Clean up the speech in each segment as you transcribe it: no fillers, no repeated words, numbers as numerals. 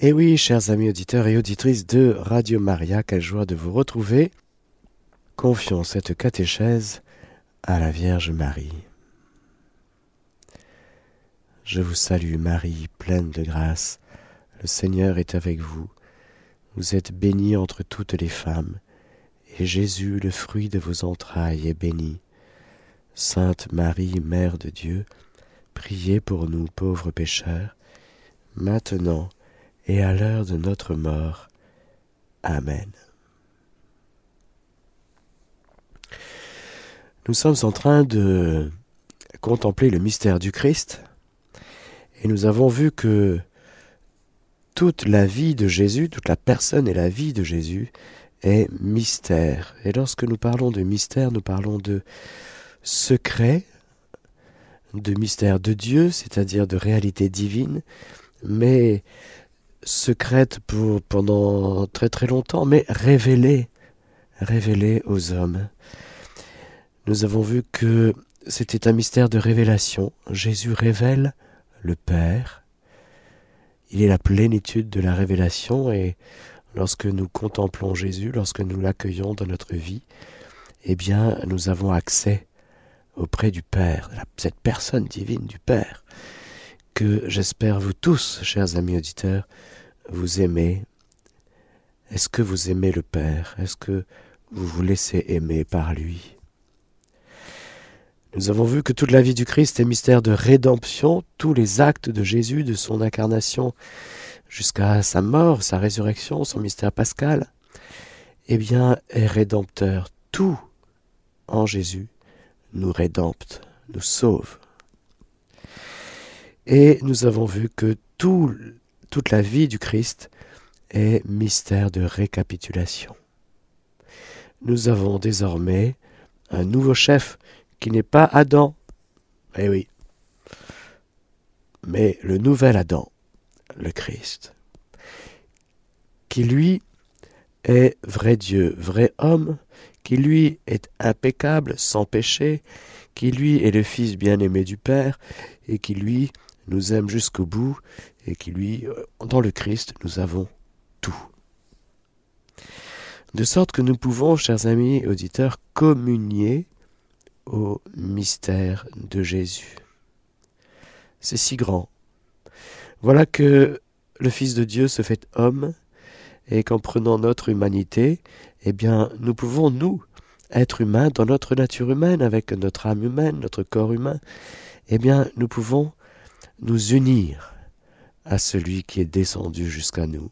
Et oui, chers amis auditeurs et auditrices de Radio Maria, quelle joie de vous retrouver. Confions cette catéchèse à la Vierge Marie. Je vous salue Marie, pleine de grâce. Le Seigneur est avec vous. Vous êtes bénie entre toutes les femmes, et Jésus, le fruit de vos entrailles, est béni. Sainte Marie, Mère de Dieu, priez pour nous pauvres pécheurs, maintenant et à l'heure de notre mort. Amen. Nous sommes en train de contempler le mystère du Christ, et nous avons vu que toute la vie de Jésus, toute la personne et la vie de Jésus est mystère. Et lorsque nous parlons de mystère, nous parlons de secret, de mystère de Dieu, c'est-à-dire de réalité divine, mais secrète pendant très très longtemps, mais révélée aux hommes. Nous avons vu que c'était un mystère de révélation. Jésus révèle le Père. Il est la plénitude de la révélation, et lorsque nous contemplons Jésus, lorsque nous l'accueillons dans notre vie, eh bien, nous avons accès auprès du Père, cette personne divine du Père, que j'espère vous tous, chers amis auditeurs, vous aimez. Est-ce que vous aimez le Père? Est-ce que vous vous laissez aimer par lui? Nous avons vu que toute la vie du Christ est mystère de rédemption. Tous les actes de Jésus, de son incarnation jusqu'à sa mort, sa résurrection, son mystère pascal, eh bien, est rédempteur. Tout en Jésus nous rédempte, nous sauve. Et nous avons vu que toute la vie du Christ est mystère de récapitulation. Nous avons désormais un nouveau chef qui n'est pas Adam, eh oui, mais le nouvel Adam, le Christ, qui lui est vrai Dieu, vrai homme, qui lui est impeccable, sans péché, qui lui est le Fils bien-aimé du Père, et qui lui nous aime jusqu'au bout, et qui lui, dans le Christ, nous avons tout. De sorte que nous pouvons, chers amis auditeurs, communier au mystère de Jésus. C'est si grand. Voilà que le Fils de Dieu se fait homme, et qu'en prenant notre humanité, eh bien, nous pouvons, nous, être humains dans notre nature humaine, avec notre âme humaine, notre corps humain, eh bien, nous pouvons nous unir à celui qui est descendu jusqu'à nous,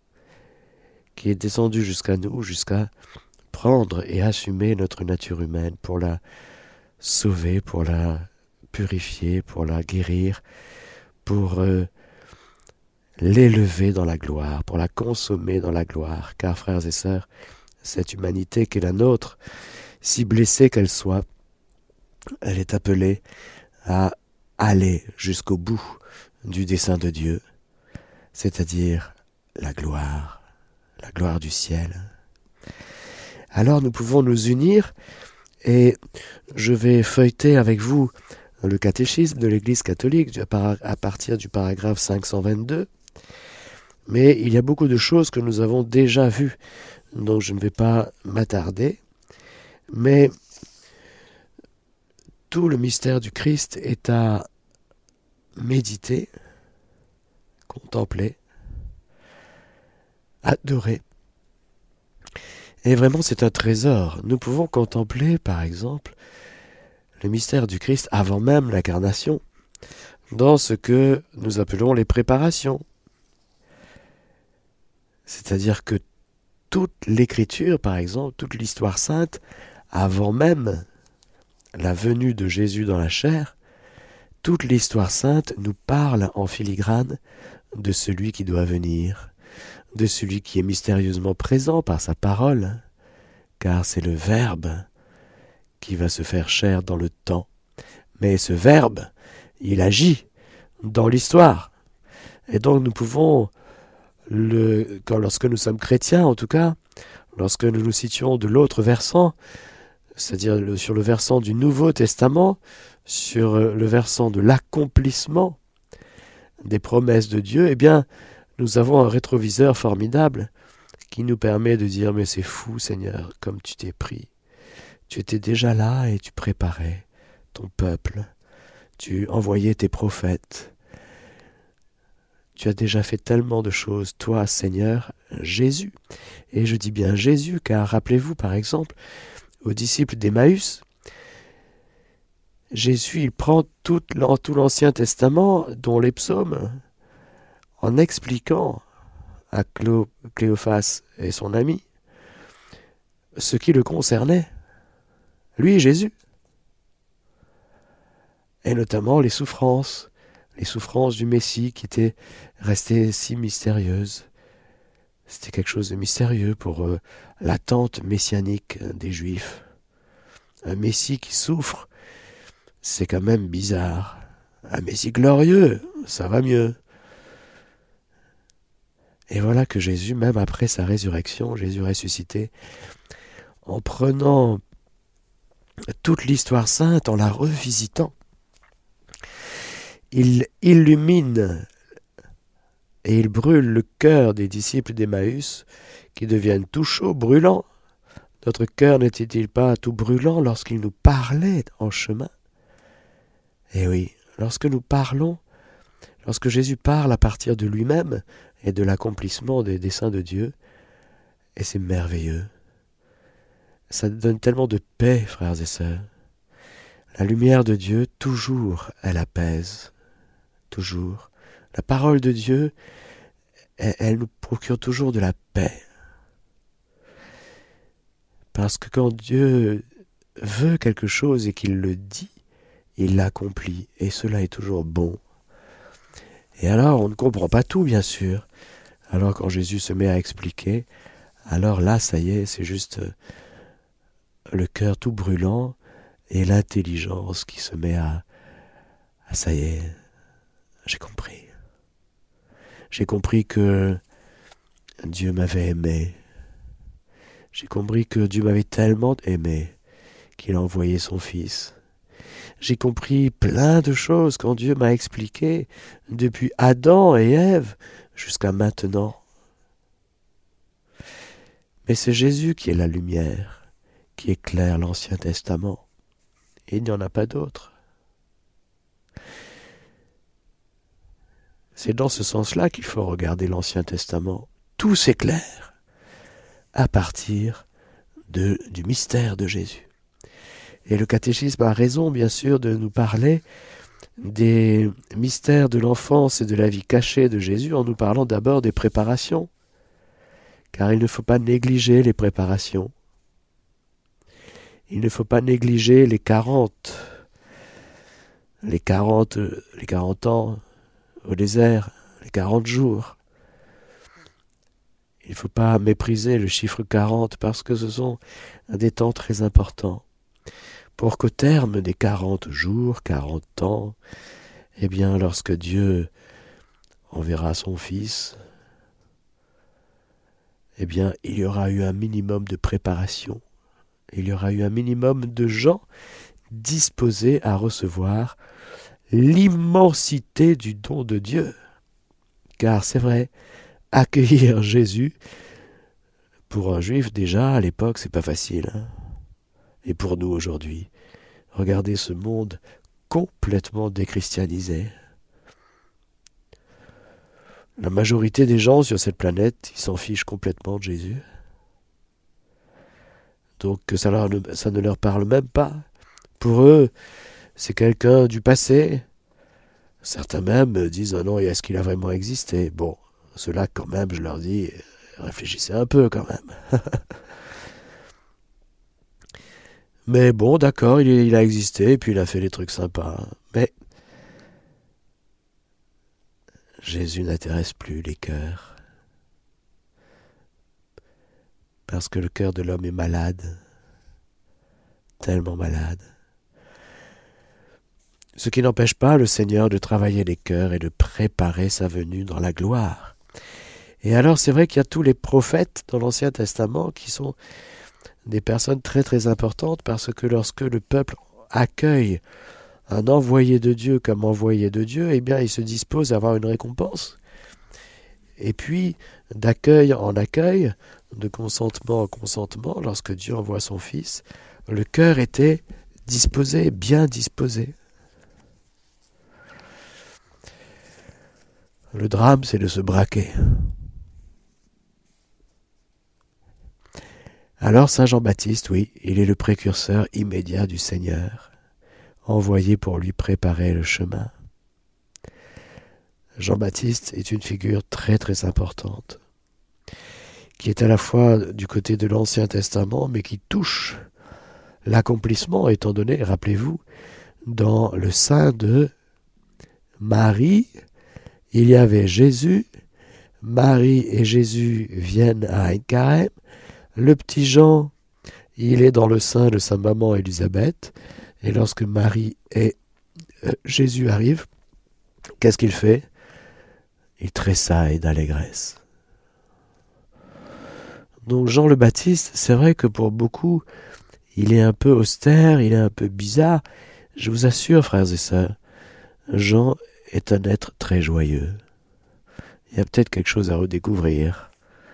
jusqu'à prendre et assumer notre nature humaine pour la sauver, pour la purifier, pour la guérir, pour l'élever dans la gloire, pour la consommer dans la gloire. Car, frères et sœurs, cette humanité qui est la nôtre, si blessée qu'elle soit, elle est appelée à aller jusqu'au bout du dessein de Dieu, c'est-à-dire la gloire du ciel. Alors nous pouvons nous unir, et je vais feuilleter avec vous le catéchisme de l'Église catholique à partir du paragraphe 522, mais il y a beaucoup de choses que nous avons déjà vues, donc je ne vais pas m'attarder, mais tout le mystère du Christ est à méditer, contempler, adorer. Et vraiment, c'est un trésor. Nous pouvons contempler, par exemple, le mystère du Christ avant même l'incarnation, dans ce que nous appelons les préparations. C'est-à-dire que toute l'Écriture, par exemple, toute l'histoire sainte, avant même la venue de Jésus dans la chair, toute l'histoire sainte nous parle en filigrane de celui qui doit venir, de celui qui est mystérieusement présent par sa parole, car c'est le Verbe qui va se faire chair dans le temps. Mais ce Verbe, il agit dans l'histoire. Et donc nous pouvons, lorsque nous sommes chrétiens en tout cas, lorsque nous nous situons de l'autre versant, c'est-à-dire sur le versant du Nouveau Testament, sur le versant de l'accomplissement des promesses de Dieu, eh bien, nous avons un rétroviseur formidable qui nous permet de dire « Mais c'est fou, Seigneur, comme tu t'es pris. Tu étais déjà là et tu préparais ton peuple. Tu envoyais tes prophètes. Tu as déjà fait tellement de choses, toi, Seigneur, Jésus. » Et je dis bien Jésus, car rappelez-vous, par exemple, aux disciples d'Emmaüs, Jésus, il prend tout l'Ancien Testament, dont les psaumes, en expliquant à Cléophas et son ami ce qui le concernait, lui, Jésus, et notamment les souffrances du Messie qui étaient restées si mystérieuses. C'était quelque chose de mystérieux pour l'attente messianique des Juifs. Un Messie qui souffre, c'est quand même bizarre. Un Messie glorieux, ça va mieux. Et voilà que Jésus, même après sa résurrection, Jésus ressuscité, en prenant toute l'histoire sainte, en la revisitant, il illumine et il brûle le cœur des disciples d'Emmaüs qui deviennent tout chauds, brûlants. Notre cœur n'était-il pas tout brûlant lorsqu'il nous parlait en chemin? Eh oui, lorsque nous parlons, lorsque Jésus parle à partir de lui-même et de l'accomplissement des desseins de Dieu, et c'est merveilleux. Ça donne tellement de paix, frères et sœurs. La lumière de Dieu, toujours, elle apaise. Toujours. La parole de Dieu, elle nous procure toujours de la paix. Parce que quand Dieu veut quelque chose et qu'il le dit, il l'accomplit. Et cela est toujours bon. Et alors, on ne comprend pas tout, bien sûr. Alors, quand Jésus se met à expliquer, alors là, ça y est, c'est juste le cœur tout brûlant et l'intelligence qui se met à ça y est, j'ai compris. J'ai compris que Dieu m'avait aimé. J'ai compris que Dieu m'avait tellement aimé qu'il a envoyé son Fils. J'ai compris plein de choses quand Dieu m'a expliqué depuis Adam et Ève jusqu'à maintenant. Mais c'est Jésus qui est la lumière, qui éclaire l'Ancien Testament. Et il n'y en a pas d'autre. C'est dans ce sens-là qu'il faut regarder l'Ancien Testament. Tout s'éclaire à partir du mystère de Jésus. Et le catéchisme a raison, bien sûr, de nous parler des mystères de l'enfance et de la vie cachée de Jésus en nous parlant d'abord des préparations. Car il ne faut pas négliger les préparations. Il ne faut pas négliger les 40 ans au désert, les 40 jours. Il ne faut pas mépriser le chiffre 40 parce que ce sont des temps très importants. Pour qu'au terme des 40 jours, 40 ans, eh bien, lorsque Dieu enverra son Fils, eh bien, il y aura eu un minimum de préparation. Il y aura eu un minimum de gens disposés à recevoir l'immensité du don de Dieu. Car c'est vrai, accueillir Jésus, pour un juif déjà, à l'époque, c'est pas facile. Et pour nous aujourd'hui, regardez ce monde complètement déchristianisé. La majorité des gens sur cette planète, ils s'en fichent complètement de Jésus. Donc ça ne leur parle même pas. Pour eux, c'est quelqu'un du passé. Certains même disent « Ah non, est-ce qu'il a vraiment existé ?» Bon, ceux-là quand même, je leur dis « Réfléchissez un peu quand même. » Mais bon, d'accord, il a existé, et puis il a fait des trucs sympas. Mais Jésus n'intéresse plus les cœurs. Parce que le cœur de l'homme est malade, tellement malade. Ce qui n'empêche pas le Seigneur de travailler les cœurs et de préparer sa venue dans la gloire. Et alors c'est vrai qu'il y a tous les prophètes dans l'Ancien Testament qui sont des personnes très très importantes parce que lorsque le peuple accueille un envoyé de Dieu comme envoyé de Dieu, eh bien il se dispose à avoir une récompense. Et puis, d'accueil en accueil, de consentement en consentement, lorsque Dieu envoie son Fils, le cœur était disposé, bien disposé. Le drame, c'est de se braquer. Alors Saint Jean-Baptiste, oui, il est le précurseur immédiat du Seigneur, envoyé pour lui préparer le chemin. Jean-Baptiste est une figure très très importante, qui est à la fois du côté de l'Ancien Testament, mais qui touche l'accomplissement, étant donné, rappelez-vous, dans le sein de Marie, il y avait Jésus, Marie et Jésus viennent à Ein-Carême, le petit Jean, il est dans le sein de sa maman Élisabeth, et lorsque Marie et Jésus arrivent, qu'est-ce qu'il fait ? Il tressaille d'allégresse. Donc Jean le Baptiste, c'est vrai que pour beaucoup, il est un peu austère, il est un peu bizarre. Je vous assure, frères et sœurs, Jean est un être très joyeux. Il y a peut-être quelque chose à redécouvrir.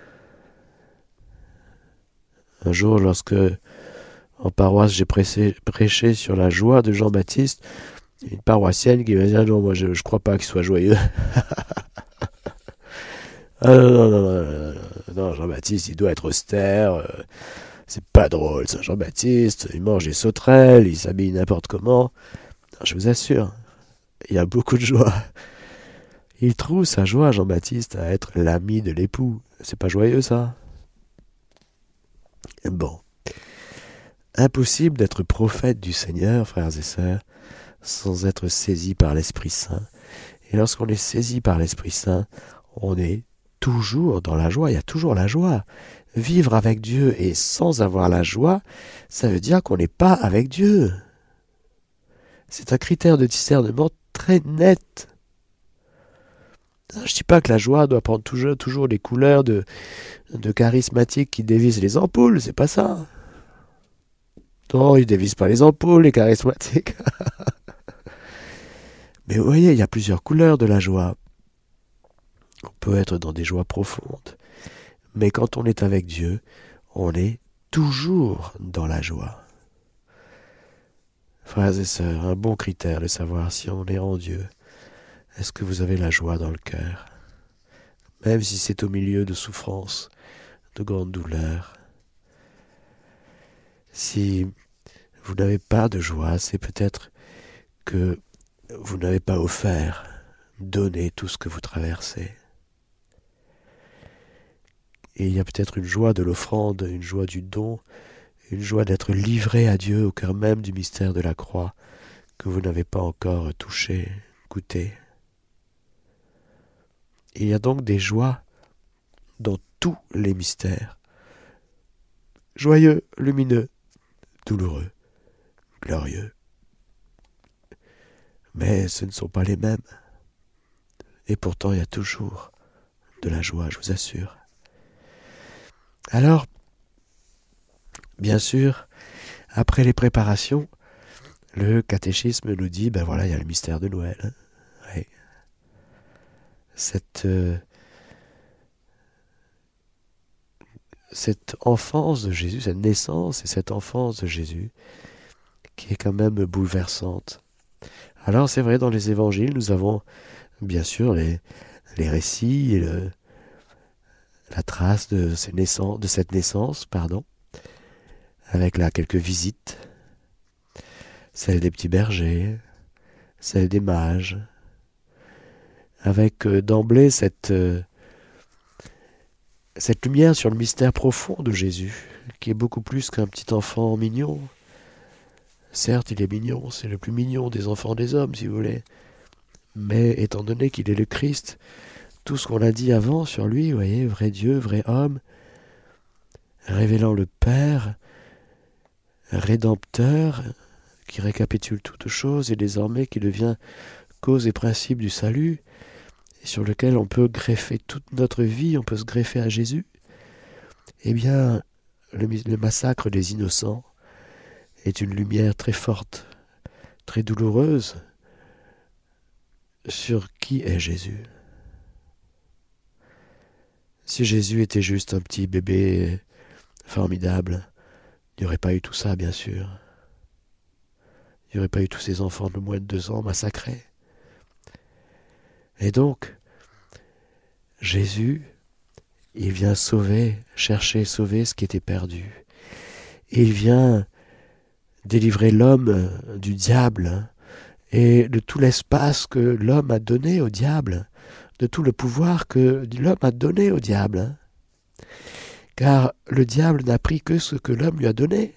Un jour, lorsque, en paroisse, j'ai prêché sur la joie de Jean-Baptiste, une paroissienne qui m'a dit « Non, moi, je crois pas qu'il soit joyeux. » Ah non, Jean-Baptiste, il doit être austère. C'est pas drôle, ça, Jean-Baptiste. Il mange des sauterelles, il s'habille n'importe comment. Non, je vous assure, il y a beaucoup de joie. Il trouve sa joie, Jean-Baptiste, à être l'ami de l'époux. C'est pas joyeux, ça ? Bon. Impossible d'être prophète du Seigneur, frères et sœurs, sans être saisi par l'Esprit Saint. Et lorsqu'on est saisi par l'Esprit Saint, on est toujours dans la joie, il y a toujours la joie. Vivre avec Dieu et sans avoir la joie, ça veut dire qu'on n'est pas avec Dieu. C'est un critère de discernement très net. Je ne dis pas que la joie doit prendre toujours les couleurs de charismatiques qui dévisent les ampoules, c'est pas ça. Non, ils dévisent pas les ampoules, les charismatiques. Mais vous voyez, il y a plusieurs couleurs de la joie. On peut être dans des joies profondes. Mais quand on est avec Dieu, on est toujours dans la joie. Frères et sœurs, un bon critère de savoir si on est en Dieu. Est-ce que vous avez la joie dans le cœur ? Même si c'est au milieu de souffrances, de grandes douleurs. Si vous n'avez pas de joie, c'est peut-être que vous n'avez pas offert, donné tout ce que vous traversez. Et il y a peut-être une joie de l'offrande, une joie du don, une joie d'être livré à Dieu au cœur même du mystère de la croix que vous n'avez pas encore touché, goûté. Il y a donc des joies dans tous les mystères. Joyeux, lumineux, douloureux, glorieux. Mais ce ne sont pas les mêmes. Et pourtant, il y a toujours de la joie, je vous assure. Alors, bien sûr, après les préparations, le catéchisme nous dit, ben voilà, il y a le mystère de Noël. Oui. Cette enfance de Jésus, cette naissance et cette enfance de Jésus, qui est quand même bouleversante. Alors c'est vrai, dans les évangiles, nous avons bien sûr les récits et la trace de cette naissance, avec là quelques visites, celle des petits bergers, celle des mages, avec d'emblée cette lumière sur le mystère profond de Jésus, qui est beaucoup plus qu'un petit enfant mignon. Certes, il est mignon, c'est le plus mignon des enfants des hommes, si vous voulez. Mais étant donné qu'il est le Christ, tout ce qu'on a dit avant sur lui, vous voyez, vrai Dieu, vrai homme, révélant le Père, rédempteur, qui récapitule toutes choses et désormais qui devient cause et principe du salut, et sur lequel on peut greffer toute notre vie, on peut se greffer à Jésus, eh bien, le massacre des innocents est une lumière très forte, très douloureuse, sur qui est Jésus. Si Jésus était juste un petit bébé formidable, il n'y aurait pas eu tout ça, bien sûr. Il n'y aurait pas eu tous ces enfants de moins de 2 ans massacrés. Et donc, Jésus, il vient chercher, sauver ce qui était perdu. Et il vient délivrer l'homme du diable et de tout l'espace que l'homme a donné au diable, de tout le pouvoir que l'homme a donné au diable. Car le diable n'a pris que ce que l'homme lui a donné.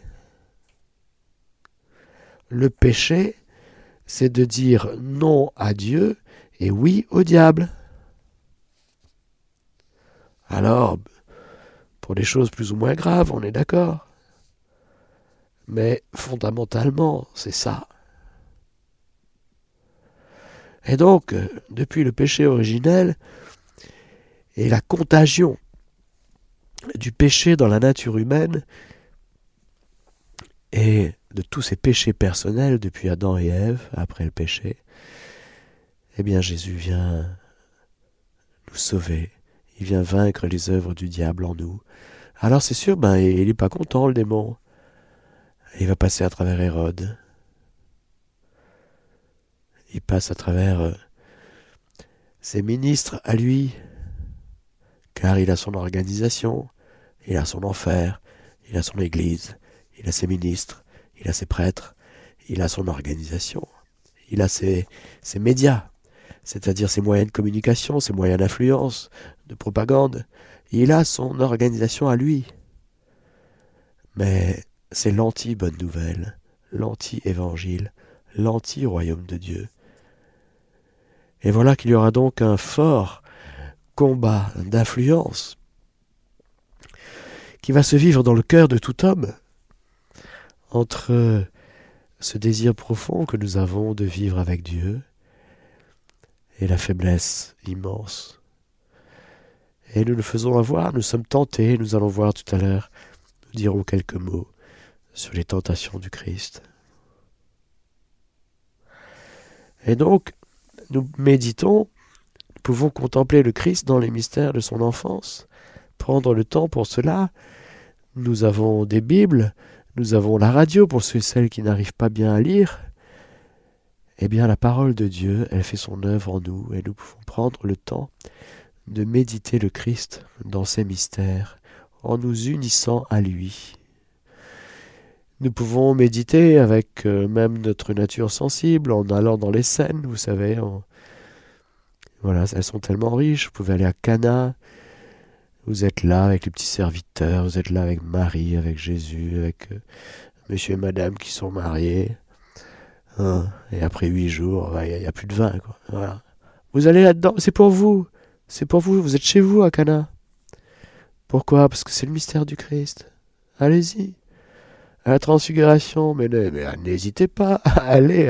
Le péché, c'est de dire non à Dieu et oui au diable. Alors, pour des choses plus ou moins graves, on est d'accord. Mais fondamentalement, c'est ça. Et donc, depuis le péché originel et la contagion du péché dans la nature humaine et de tous ces péchés personnels depuis Adam et Ève, après le péché, eh bien Jésus vient nous sauver. Il vient vaincre les œuvres du diable en nous. Alors c'est sûr, il n'est pas content, le démon. Il va passer à travers Hérode. Il passe à travers ses ministres à lui, car il a son organisation, il a son enfer, il a son église, il a ses ministres, il a ses prêtres, il a son organisation, il a ses médias, c'est-à-dire ses moyens de communication, ses moyens d'influence, de propagande. Il a son organisation à lui. Mais c'est l'anti-bonne nouvelle, l'anti-évangile, l'anti-royaume de Dieu. Et voilà qu'il y aura donc un fort combat d'influence qui va se vivre dans le cœur de tout homme entre ce désir profond que nous avons de vivre avec Dieu et la faiblesse immense. Et nous le faisons avoir, nous sommes tentés, nous allons voir tout à l'heure, nous dirons quelques mots sur les tentations du Christ. Et donc, nous méditons, nous pouvons contempler le Christ dans les mystères de son enfance, prendre le temps pour cela. Nous avons des Bibles, nous avons la radio pour ceux et celles qui n'arrivent pas bien à lire. Eh bien, la parole de Dieu, elle fait son œuvre en nous et nous pouvons prendre le temps de méditer le Christ dans ses mystères, en nous unissant à lui. Nous pouvons méditer avec même notre nature sensible, en allant dans les scènes, vous savez. Voilà, elles sont tellement riches. Vous pouvez aller à Cana, vous êtes là avec les petits serviteurs, vous êtes là avec Marie, avec Jésus, avec monsieur et madame qui sont mariés. Et après 8 jours, il n'y a plus de vin, quoi. Voilà. Vous allez là-dedans, c'est pour vous, vous êtes chez vous à Cana. Pourquoi ? Parce que c'est le mystère du Christ. Allez-y. À la transfiguration, mais n'hésitez pas, allez,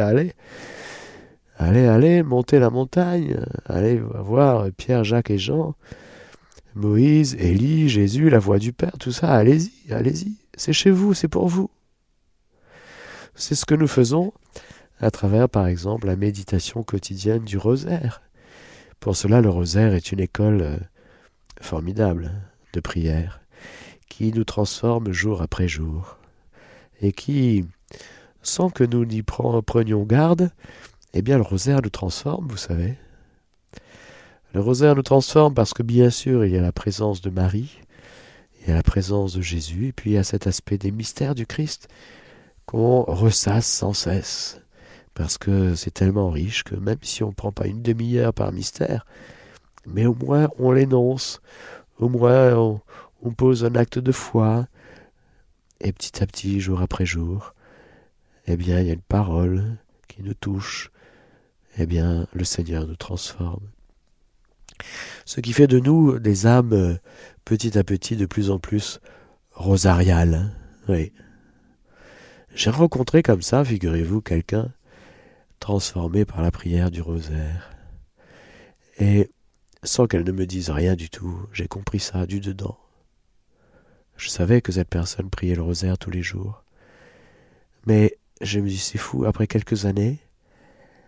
montez la montagne, allez voir Pierre, Jacques et Jean, Moïse, Élie, Jésus, la voix du Père, tout ça, allez-y, c'est chez vous, c'est pour vous. C'est ce que nous faisons à travers, par exemple, la méditation quotidienne du rosaire. Pour cela, le rosaire est une école formidable de prière qui nous transforme jour après jour et qui, sans que nous n'y prenions garde, eh bien le rosaire nous transforme, vous savez. Le rosaire nous transforme parce que bien sûr, il y a la présence de Marie, il y a la présence de Jésus, et puis il y a cet aspect des mystères du Christ qu'on ressasse sans cesse. Parce que c'est tellement riche que même si on ne prend pas une demi-heure par mystère, mais au moins on l'énonce, au moins on pose un acte de foi, et petit à petit, jour après jour, eh bien il y a une parole qui nous touche, eh bien le Seigneur nous transforme. Ce qui fait de nous des âmes petit à petit de plus en plus rosariales. Oui. J'ai rencontré comme ça, figurez-vous, quelqu'un transformé par la prière du rosaire. Et sans qu'elle ne me dise rien du tout, j'ai compris ça du dedans. Je savais que cette personne priait le rosaire tous les jours. Mais je me dis, c'est fou, après quelques années,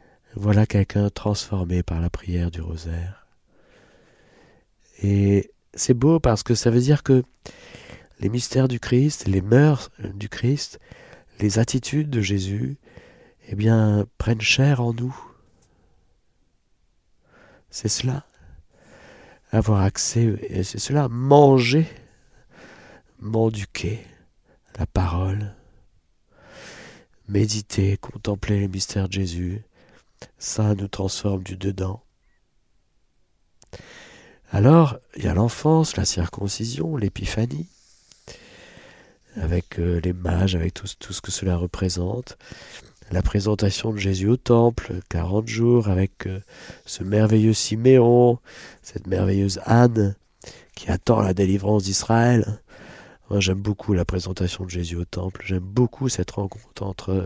voilà quelqu'un transformé par la prière du rosaire. Et c'est beau parce que ça veut dire que les mystères du Christ, les mœurs du Christ, les attitudes de Jésus, eh bien, prennent chair en nous. C'est cela, avoir accès, et c'est cela, manger, m'enduquer la parole, méditer, contempler les mystères de Jésus, ça nous transforme du dedans. Alors, il y a l'enfance, la circoncision, l'épiphanie, avec les mages, avec tout ce que cela représente, la présentation de Jésus au temple, 40 jours, avec ce merveilleux Siméon, cette merveilleuse Anne, qui attend la délivrance d'Israël. Moi, j'aime beaucoup la présentation de Jésus au temple, j'aime beaucoup cette rencontre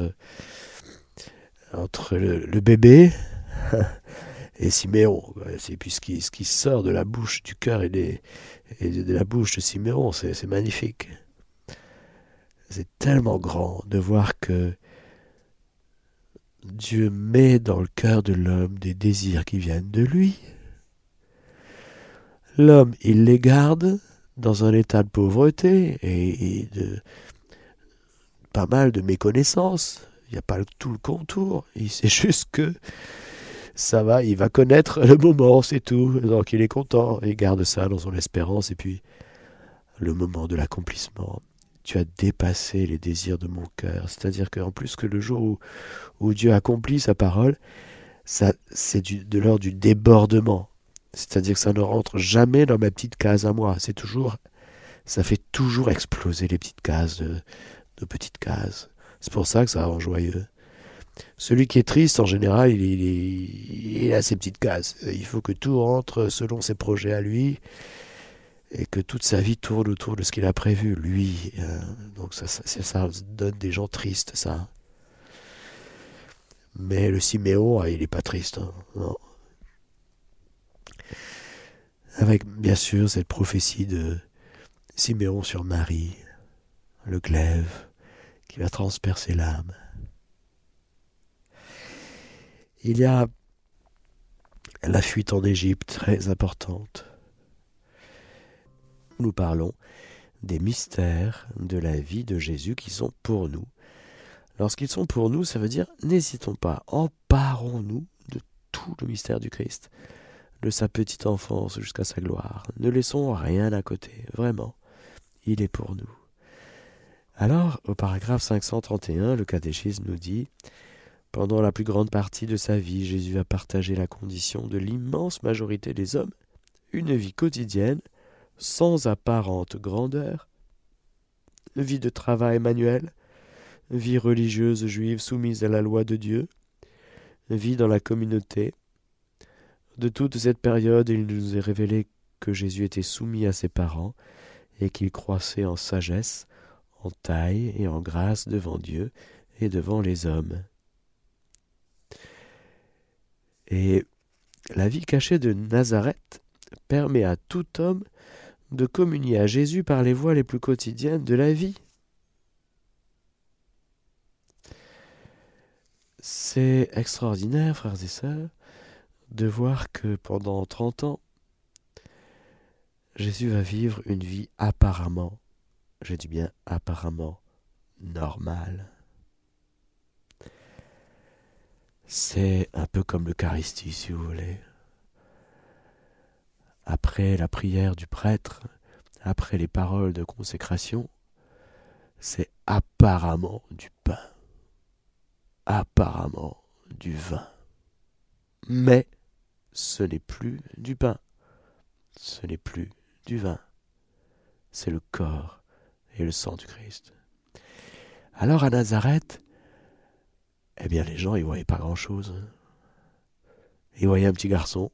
entre le bébé et Siméon. Et puis ce qui sort de la bouche, du cœur et de la bouche de Siméon, c'est magnifique. C'est tellement grand de voir que Dieu met dans le cœur de l'homme des désirs qui viennent de lui. L'homme, il les garde dans un état de pauvreté et de pas mal de méconnaissance. Il n'y a pas tout le contour. Il sait juste que ça va, il va connaître le moment, c'est tout. Donc il est content, il garde ça dans son espérance. Et puis, le moment de l'accomplissement. Tu as dépassé les désirs de mon cœur. C'est-à-dire qu'en plus que le jour où Dieu accomplit sa parole, ça, c'est de l'ordre du débordement. C'est-à-dire que ça ne rentre jamais dans ma petite case à moi. Ça fait toujours exploser les petites cases, nos petites cases. C'est pour ça que ça rend joyeux. Celui qui est triste, en général, il a ses petites cases. Il faut que tout rentre selon ses projets à lui et que toute sa vie tourne autour de ce qu'il a prévu, lui. Donc ça donne des gens tristes, ça. Mais le Siméon, il n'est pas triste. Hein, non. Avec, bien sûr, cette prophétie de Siméon sur Marie, le glaive qui va transpercer l'âme. Il y a la fuite en Égypte, très importante. Nous parlons des mystères de la vie de Jésus qui sont pour nous. Lorsqu'ils sont pour nous, ça veut dire, n'hésitons pas, emparons-nous de tout le mystère du Christ, de sa petite enfance jusqu'à sa gloire. Ne laissons rien à côté, vraiment, il est pour nous. Alors, au paragraphe 531, le catéchisme nous dit « Pendant la plus grande partie de sa vie, Jésus a partagé la condition de l'immense majorité des hommes, une vie quotidienne, sans apparente grandeur, vie de travail manuel, vie religieuse juive soumise à la loi de Dieu, vie dans la communauté. De toute cette période, il nous est révélé que Jésus était soumis à ses parents et qu'il croissait en sagesse, en taille et en grâce devant Dieu et devant les hommes. » Et la vie cachée de Nazareth permet à tout homme de communier à Jésus par les voies les plus quotidiennes de la vie. C'est extraordinaire, frères et sœurs, de voir que pendant 30 ans, Jésus va vivre une vie apparemment, je dis bien apparemment, normale. C'est un peu comme l'Eucharistie, si vous voulez. Après la prière du prêtre, après les paroles de consécration, c'est apparemment du pain, apparemment du vin. Mais ce n'est plus du pain, ce n'est plus du vin, c'est le corps et le sang du Christ. Alors à Nazareth, eh bien les gens, ils voyaient pas grand-chose. Ils voyaient un petit garçon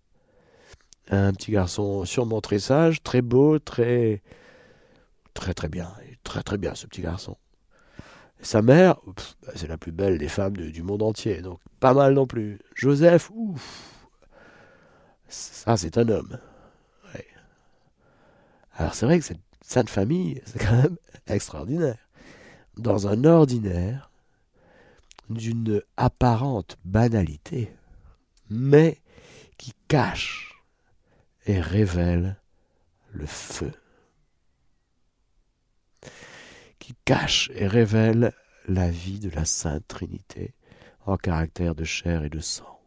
sûrement très sage, très beau, très bien, très bien ce petit garçon. Et sa mère, c'est la plus belle des femmes du monde entier, donc pas mal non plus. Joseph, ça c'est un homme. Ouais. Alors c'est vrai que cette sainte famille, c'est quand même extraordinaire. Dans un ordinaire, d'une apparente banalité, mais qui cache et révèle le feu, qui cache et révèle la vie de la Sainte Trinité en caractère de chair et de sang.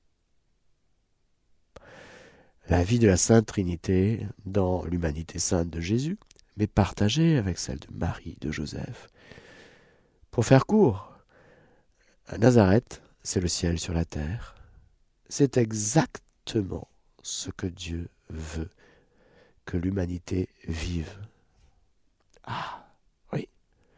La vie de la Sainte Trinité dans l'humanité sainte de Jésus, mais partagée avec celle de Marie, de Joseph. Pour faire court, à Nazareth, c'est le ciel sur la terre. C'est exactement ce que Dieu veut que l'humanité vive. Ah, oui.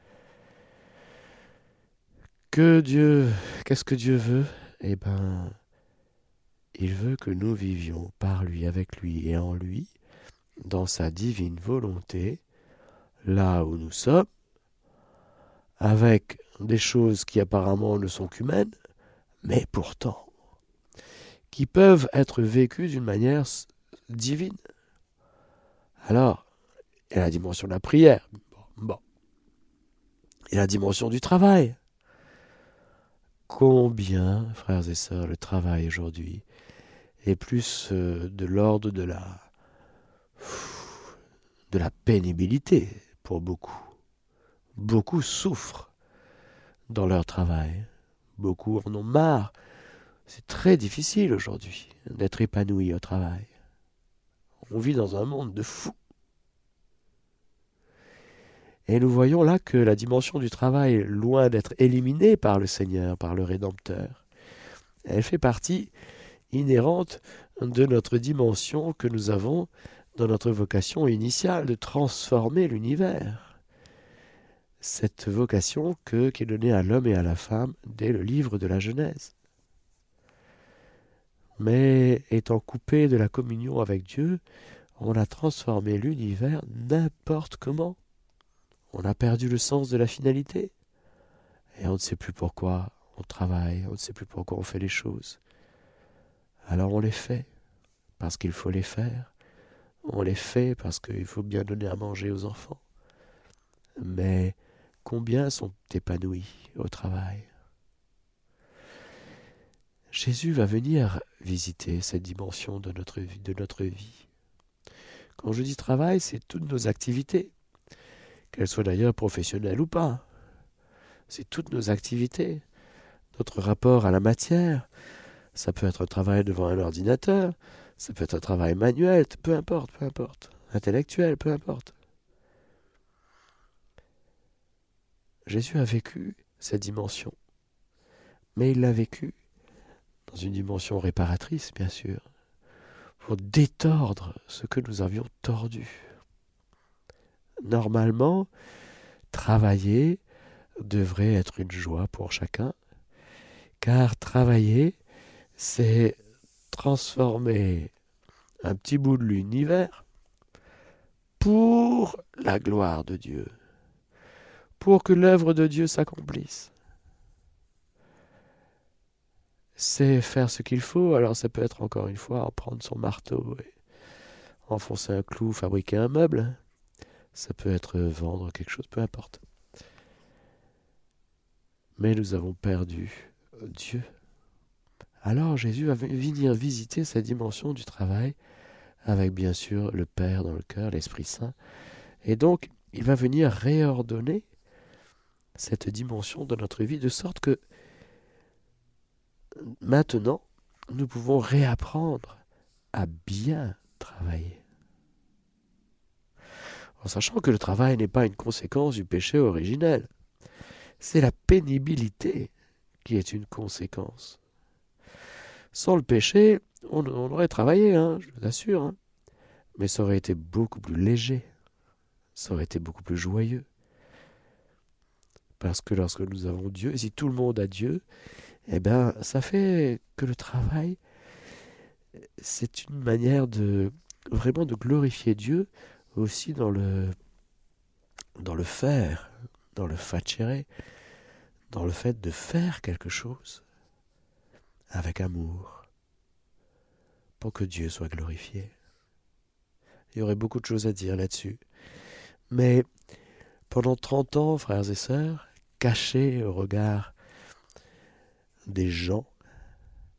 Qu'est-ce que Dieu veut? Eh bien, il veut que nous vivions par lui, avec lui et en lui, dans sa divine volonté, là où nous sommes, avec des choses qui apparemment ne sont qu'humaines, mais pourtant, qui peuvent être vécues d'une manière divine. Alors, il y a la dimension de la prière. Bon. Il y a la dimension du travail. Combien, frères et sœurs, le travail aujourd'hui est plus de l'ordre de la pénibilité pour beaucoup. Beaucoup souffrent dans leur travail. Beaucoup en ont marre. C'est très difficile aujourd'hui d'être épanoui au travail. On vit dans un monde de fous. Et nous voyons là que la dimension du travail, loin d'être éliminée par le Seigneur, par le Rédempteur, elle fait partie inhérente de notre dimension que nous avons dans notre vocation initiale de transformer l'univers. Cette vocation qui est donnée à l'homme et à la femme dès le livre de la Genèse. Mais étant coupé de la communion avec Dieu, on a transformé l'univers n'importe comment. On a perdu le sens de la finalité. Et on ne sait plus pourquoi on travaille, on ne sait plus pourquoi on fait les choses. Alors on les fait, parce qu'il faut les faire. On les fait parce qu'il faut bien donner à manger aux enfants. Mais combien sont épanouis au travail? Jésus va venir visiter cette dimension de notre vie. Quand je dis travail, c'est toutes nos activités, qu'elles soient d'ailleurs professionnelles ou pas. C'est toutes nos activités, notre rapport à la matière. Ça peut être un travail devant un ordinateur, ça peut être un travail manuel, peu importe, intellectuel, peu importe. Jésus a vécu cette dimension, mais il l'a vécu dans une dimension réparatrice, bien sûr, pour détordre ce que nous avions tordu. Normalement, travailler devrait être une joie pour chacun, car travailler, c'est transformer un petit bout de l'univers pour la gloire de Dieu, pour que l'œuvre de Dieu s'accomplisse. C'est faire ce qu'il faut, alors ça peut être encore une fois prendre son marteau et enfoncer un clou, fabriquer un meuble, ça peut être vendre quelque chose, peu importe. Mais nous avons perdu Dieu. Alors Jésus va venir visiter cette dimension du travail avec bien sûr le Père dans le cœur, l'Esprit Saint. Et donc, il va venir réordonner cette dimension de notre vie de sorte que maintenant, nous pouvons réapprendre à bien travailler. En sachant que le travail n'est pas une conséquence du péché originel. C'est la pénibilité qui est une conséquence. Sans le péché, on aurait travaillé, je vous assure, mais ça aurait été beaucoup plus léger, ça aurait été beaucoup plus joyeux. Parce que lorsque nous avons Dieu, et si tout le monde a Dieu, eh bien, ça fait que le travail, c'est une manière vraiment de glorifier Dieu aussi dans le faire, dans le facere, dans le fait de faire quelque chose avec amour pour que Dieu soit glorifié. Il y aurait beaucoup de choses à dire là-dessus. Mais pendant 30 ans, frères et sœurs, cachés au regard des gens,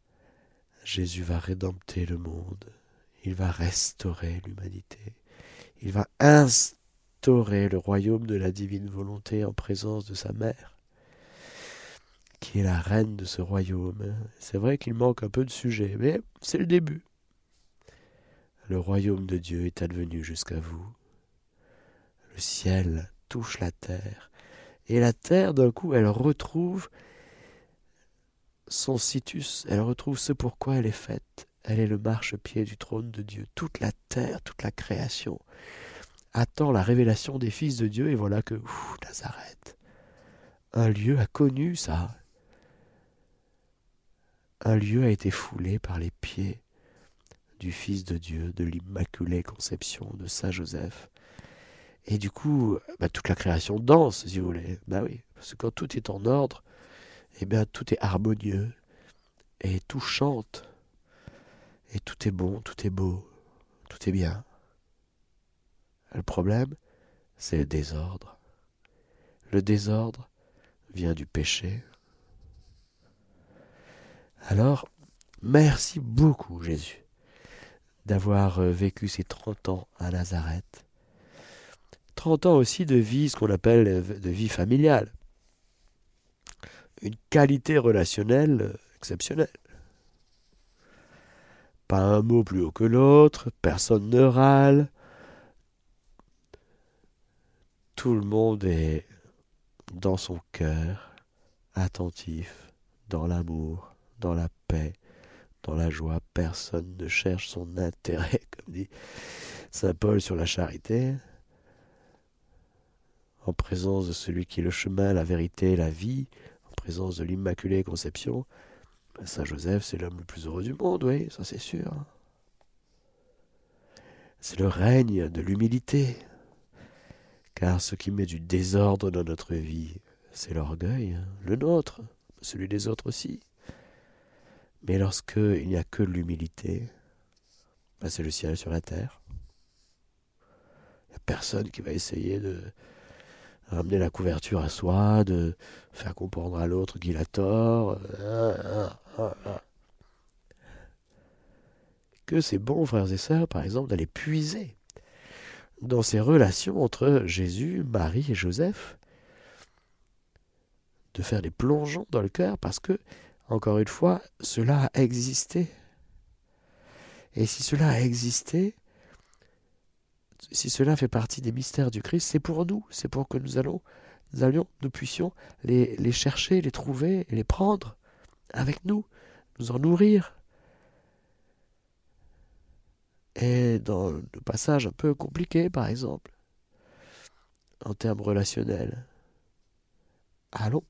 Jésus va rédempter le monde. Il va restaurer l'humanité. Il va instaurer le royaume de la divine volonté en présence de sa mère, qui est la reine de ce royaume. C'est vrai qu'il manque un peu de sujet, mais c'est le début. Le royaume de Dieu est advenu jusqu'à vous. Le ciel touche la terre. Et la terre, d'un coup, elle retrouve son situs. Elle retrouve ce pourquoi elle est faite. Elle est le marchepied du trône de Dieu. Toute la terre, toute la création attend la révélation des fils de Dieu. Et voilà que, Nazareth, un lieu a connu ça. Un lieu a été foulé par les pieds du Fils de Dieu, de l'Immaculée Conception, de Saint Joseph. Et du coup, toute la création danse, si vous voulez. Oui, parce que quand tout est en ordre, tout est harmonieux, et tout chante, et tout est bon, tout est beau, tout est bien. Le problème, c'est le désordre. Le désordre vient du péché. Alors, merci beaucoup, Jésus, d'avoir vécu ces 30 ans à Nazareth. 30 ans aussi de vie, ce qu'on appelle de vie familiale. Une qualité relationnelle exceptionnelle. Pas un mot plus haut que l'autre, personne ne râle. Tout le monde est dans son cœur, attentif, dans l'amour, dans la paix, dans la joie. Personne ne cherche son intérêt, comme dit saint Paul sur la charité. En présence de celui qui est le chemin, la vérité, la vie, en présence de l'Immaculée Conception, Saint Joseph, c'est l'homme le plus heureux du monde, oui, ça c'est sûr. C'est le règne de l'humilité. Car ce qui met du désordre dans notre vie, c'est l'orgueil, le nôtre, celui des autres aussi. Mais lorsqu'il n'y a que l'humilité, c'est le ciel sur la terre. Il n'y a personne qui va essayer de ramener la couverture à soi, de faire comprendre à l'autre qu'il a tort. Que c'est bon, frères et sœurs, par exemple, d'aller puiser dans ces relations entre Jésus, Marie et Joseph, de faire des plongeons dans le cœur, parce que, encore une fois, cela a existé. Et si cela a existé, si cela fait partie des mystères du Christ, c'est pour nous, c'est pour que nous puissions les chercher, les trouver, et les prendre avec nous, nous en nourrir. Et dans le passage un peu compliqué, par exemple, en termes relationnels, allons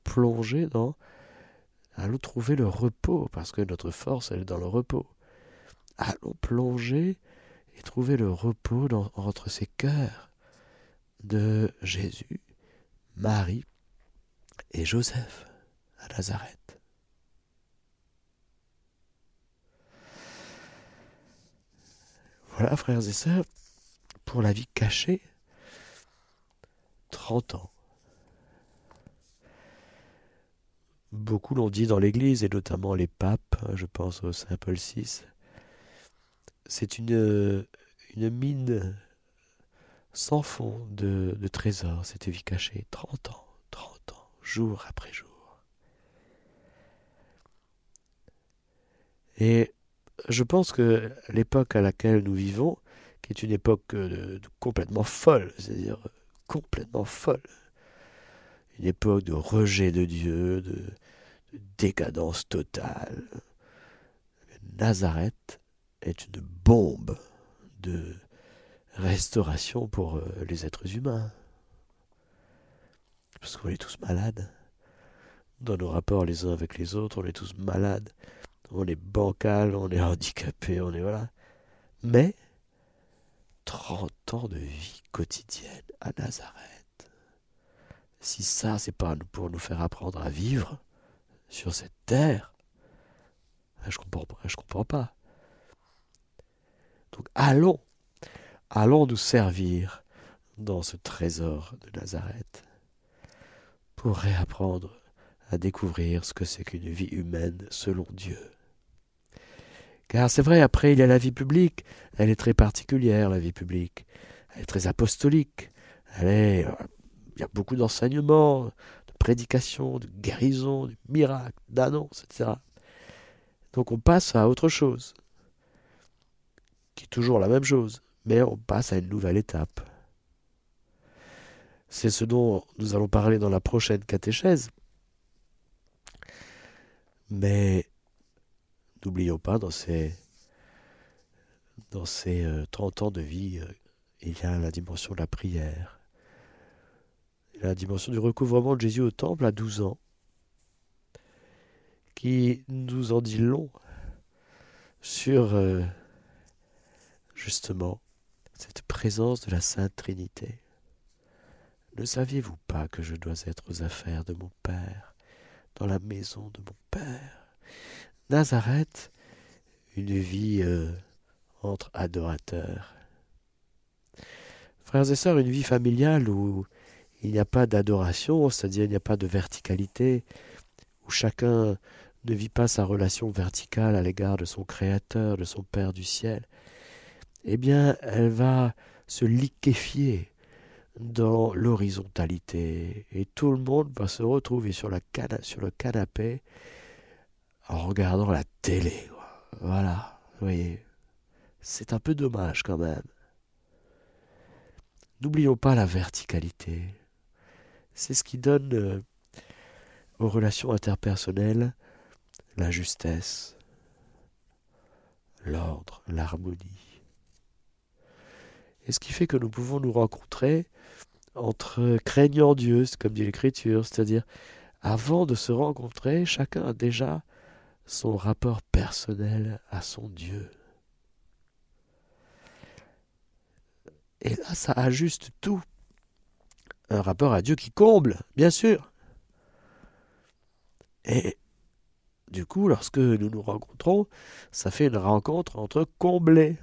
trouver le repos, parce que notre force, elle est dans le repos. Allons plonger et trouver le repos entre ces cœurs de Jésus, Marie et Joseph à Nazareth. Voilà, frères et sœurs, pour la vie cachée, 30 ans. Beaucoup l'ont dit dans l'Église, et notamment les papes, je pense au Saint Paul VI. C'est une mine sans fond de trésors, cette vie cachée. 30 ans, jour après jour. Et je pense que l'époque à laquelle nous vivons, qui est une époque complètement folle, c'est-à-dire complètement folle, une époque de rejet de Dieu, de décadence totale. Nazareth est une bombe de restauration pour les êtres humains. Parce qu'on est tous malades. Dans nos rapports les uns avec les autres, on est tous malades. On est bancal, on est handicapé, on est voilà. Mais 30 ans de vie quotidienne à Nazareth. Si ça, c'est pas pour nous faire apprendre à vivre sur cette terre, je comprends pas. Donc allons nous servir dans ce trésor de Nazareth pour réapprendre à découvrir ce que c'est qu'une vie humaine selon Dieu. Car c'est vrai, après il y a la vie publique, elle est très particulière, la vie publique. Elle est très apostolique. Il y a beaucoup d'enseignements, de prédications, de guérisons, de miracles, d'annonces, etc. Donc on passe à autre chose, qui est toujours la même chose, mais on passe à une nouvelle étape. C'est ce dont nous allons parler dans la prochaine catéchèse. Mais n'oublions pas, dans ces 30 ans de vie, il y a la dimension de la prière. Il y a la dimension du recouvrement de Jésus au temple à 12 ans, qui nous en dit long sur justement cette présence de la Sainte Trinité. Ne saviez-vous pas que je dois être aux affaires de mon Père, dans la maison de mon Père? Nazareth, une vie entre adorateurs. Frères et sœurs, une vie familiale où il n'y a pas d'adoration, c'est-à-dire il n'y a pas de verticalité, où chacun ne vit pas sa relation verticale à l'égard de son Créateur, de son Père du ciel, eh bien, elle va se liquéfier dans l'horizontalité. Et tout le monde va se retrouver sur le canapé en regardant la télé. Voilà, vous voyez, c'est un peu dommage quand même. N'oublions pas la verticalité. C'est ce qui donne aux relations interpersonnelles la justesse, l'ordre, l'harmonie. Et ce qui fait que nous pouvons nous rencontrer entre craignant Dieu, comme dit l'Écriture, c'est-à-dire avant de se rencontrer, chacun a déjà son rapport personnel à son Dieu. Et là, ça ajuste tout. Un rapport à Dieu qui comble, bien sûr. Et du coup, lorsque nous nous rencontrons, ça fait une rencontre entre comblés.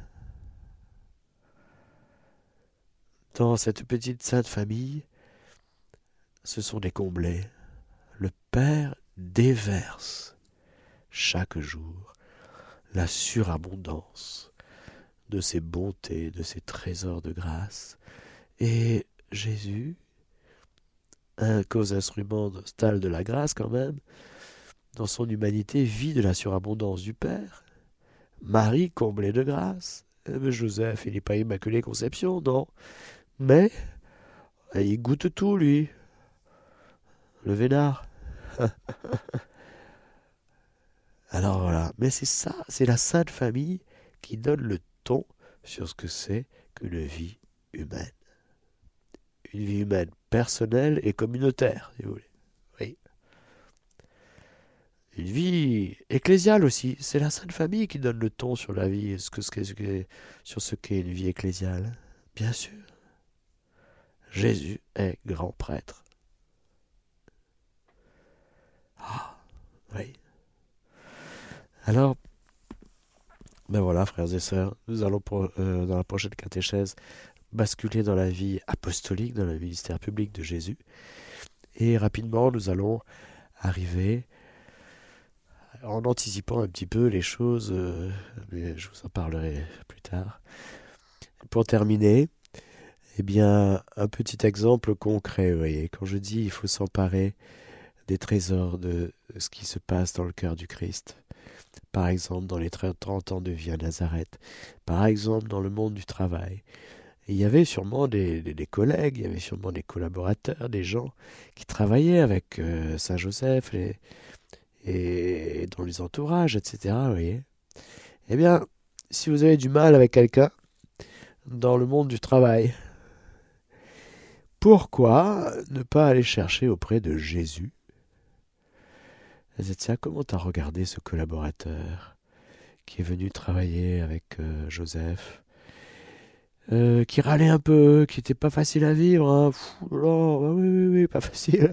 Dans cette petite sainte famille, ce sont des comblés. Le Père déverse chaque jour la surabondance de ses bontés, de ses trésors de grâce. Et Jésus, un cause instrument nostal de la grâce quand même, dans son humanité, vit de la surabondance du Père. Marie, comblée de grâce. Joseph, il n'est pas immaculé conception, non. Mais il goûte tout, lui. Le vénard. Alors voilà. Mais c'est ça, c'est la Sainte Famille qui donne le ton sur ce que c'est qu'une vie humaine. Une vie humaine personnelle et communautaire, si vous voulez. Oui. Une vie ecclésiale aussi. C'est la Sainte Famille qui donne le ton sur la vie, sur ce qu'est une vie ecclésiale. Bien sûr. Jésus est grand prêtre. Ah, oui. Alors, ben voilà, frères et sœurs, nous allons dans la prochaine catéchèse basculer dans la vie apostolique, dans le ministère public de Jésus. Et rapidement, nous allons arriver, en anticipant un petit peu les choses, mais je vous en parlerai plus tard. Pour terminer, eh bien, un petit exemple concret, vous voyez. Quand je dis il faut s'emparer des trésors de ce qui se passe dans le cœur du Christ, par exemple dans les 30 ans de vie à Nazareth, par exemple dans le monde du travail. Et il y avait sûrement des collègues, il y avait sûrement des collaborateurs, des gens qui travaillaient avec Saint Joseph et dans les entourages, etc. Vous voyez. Eh bien, si vous avez du mal avec quelqu'un dans le monde du travail, pourquoi ne pas aller chercher auprès de Jésus? Tiens, comment t'as regardé ce collaborateur qui est venu travailler avec Joseph, qui râlait un peu, qui n'était pas facile à vivre, hein. Oui, pas facile.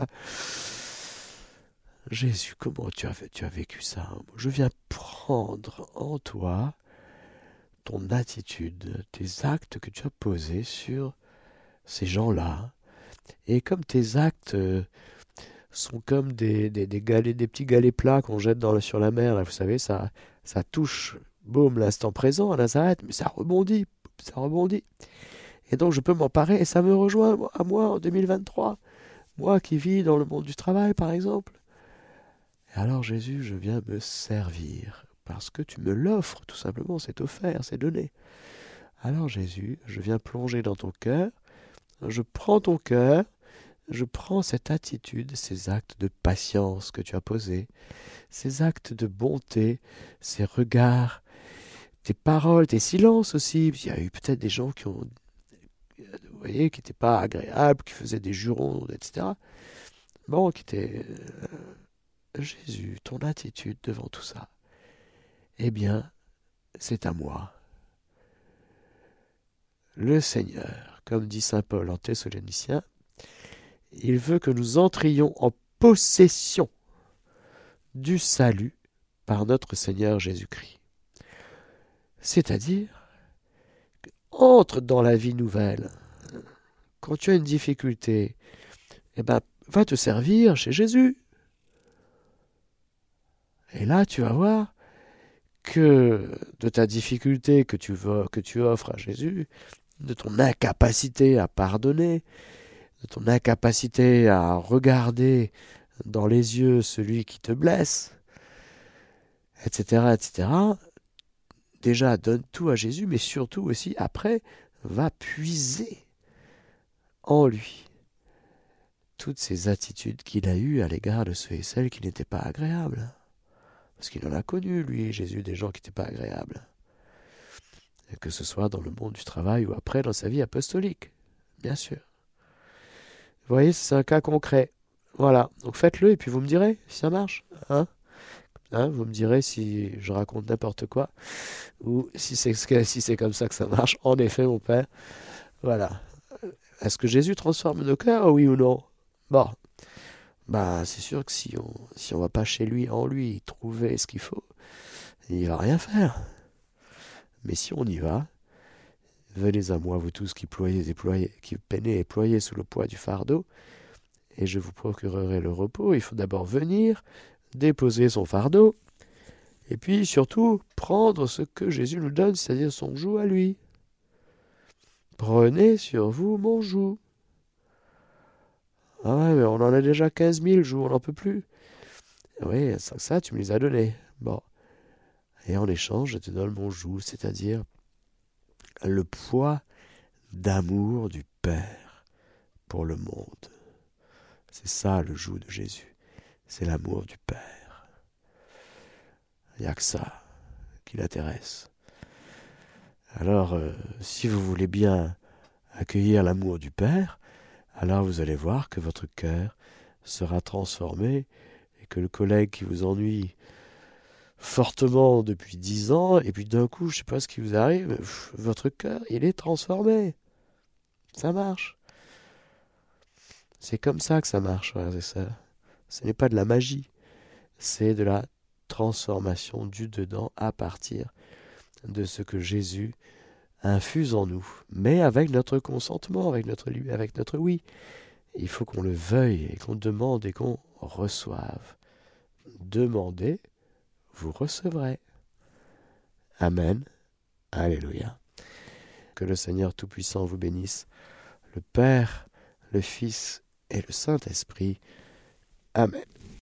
Jésus, comment tu as vécu ça? Je viens prendre en toi ton attitude, tes actes que tu as posés sur ces gens-là. Et comme tes actes sont comme des petits galets plats qu'on jette sur la mer, là, vous savez, ça touche, boum, l'instant présent à Nazareth, mais ça rebondit. Et donc je peux m'emparer, et ça me rejoint à moi en 2023. Moi qui vis dans le monde du travail, par exemple. Et alors Jésus, je viens me servir, parce que tu me l'offres, tout simplement, c'est offert, c'est donné. Alors Jésus, je viens plonger dans ton cœur, je prends ton cœur, je prends cette attitude, ces actes de patience que tu as posés, ces actes de bonté, ces regards, tes paroles, tes silences aussi. Il y a eu peut-être des gens qui ont, vous voyez, qui n'étaient pas agréables, qui faisaient des jurons, etc. Bon, qui étaient... Jésus, ton attitude devant tout ça, eh bien, c'est à moi. Le Seigneur, comme dit saint Paul en Thessaloniciens, il veut que nous entrions en possession du salut par notre Seigneur Jésus-Christ. C'est-à-dire, entre dans la vie nouvelle. Quand tu as une difficulté, eh ben, va te servir chez Jésus. Et là, tu vas voir que de ta difficulté que tu offres à Jésus, de ton incapacité à pardonner, de ton incapacité à regarder dans les yeux celui qui te blesse, etc., etc., déjà donne tout à Jésus, mais surtout aussi, après, va puiser en lui toutes ces attitudes qu'il a eues à l'égard de ceux et celles qui n'étaient pas agréables. Parce qu'il en a connu, lui, Jésus, des gens qui n'étaient pas agréables. Et que ce soit dans le monde du travail ou après dans sa vie apostolique, bien sûr. Vous voyez, c'est un cas concret. Voilà, donc faites-le et puis vous me direz si ça marche. Vous me direz si je raconte n'importe quoi ou si c'est comme ça que ça marche. En effet, mon Père. Voilà. Est-ce que Jésus transforme nos cœurs, oui ou non? Bon, bah c'est sûr que si on va pas chez lui, en lui, trouver ce qu'il faut, il va rien faire. Mais si on y va, venez à moi, vous tous qui peinez et ployez sous le poids du fardeau, et je vous procurerai le repos. Il faut d'abord venir, déposer son fardeau, et puis surtout prendre ce que Jésus nous donne, c'est-à-dire son joug à lui. Prenez sur vous mon joug. Ah ouais, mais on en a déjà 15 000 jougs, on n'en peut plus. Oui, ça, tu me les as donnés. Bon. Et en échange, je te donne mon joug, c'est-à-dire le poids d'amour du Père pour le monde. C'est ça le joug de Jésus. C'est l'amour du Père. Il n'y a que ça qui l'intéresse. Alors, si vous voulez bien accueillir l'amour du Père, alors vous allez voir que votre cœur sera transformé et que le collègue qui vous ennuie fortement depuis 10 ans, et puis d'un coup, je ne sais pas ce qui vous arrive, mais votre cœur, il est transformé. Ça marche. C'est comme ça que ça marche, frères et sœurs. Ce n'est pas de la magie, c'est de la transformation du dedans à partir de ce que Jésus infuse en nous, mais avec notre consentement, avec notre oui. Il faut qu'on le veuille et qu'on demande et qu'on reçoive. Demandez, vous recevrez. Amen. Alléluia. Que le Seigneur Tout-Puissant vous bénisse, le Père, le Fils et le Saint-Esprit. Amen.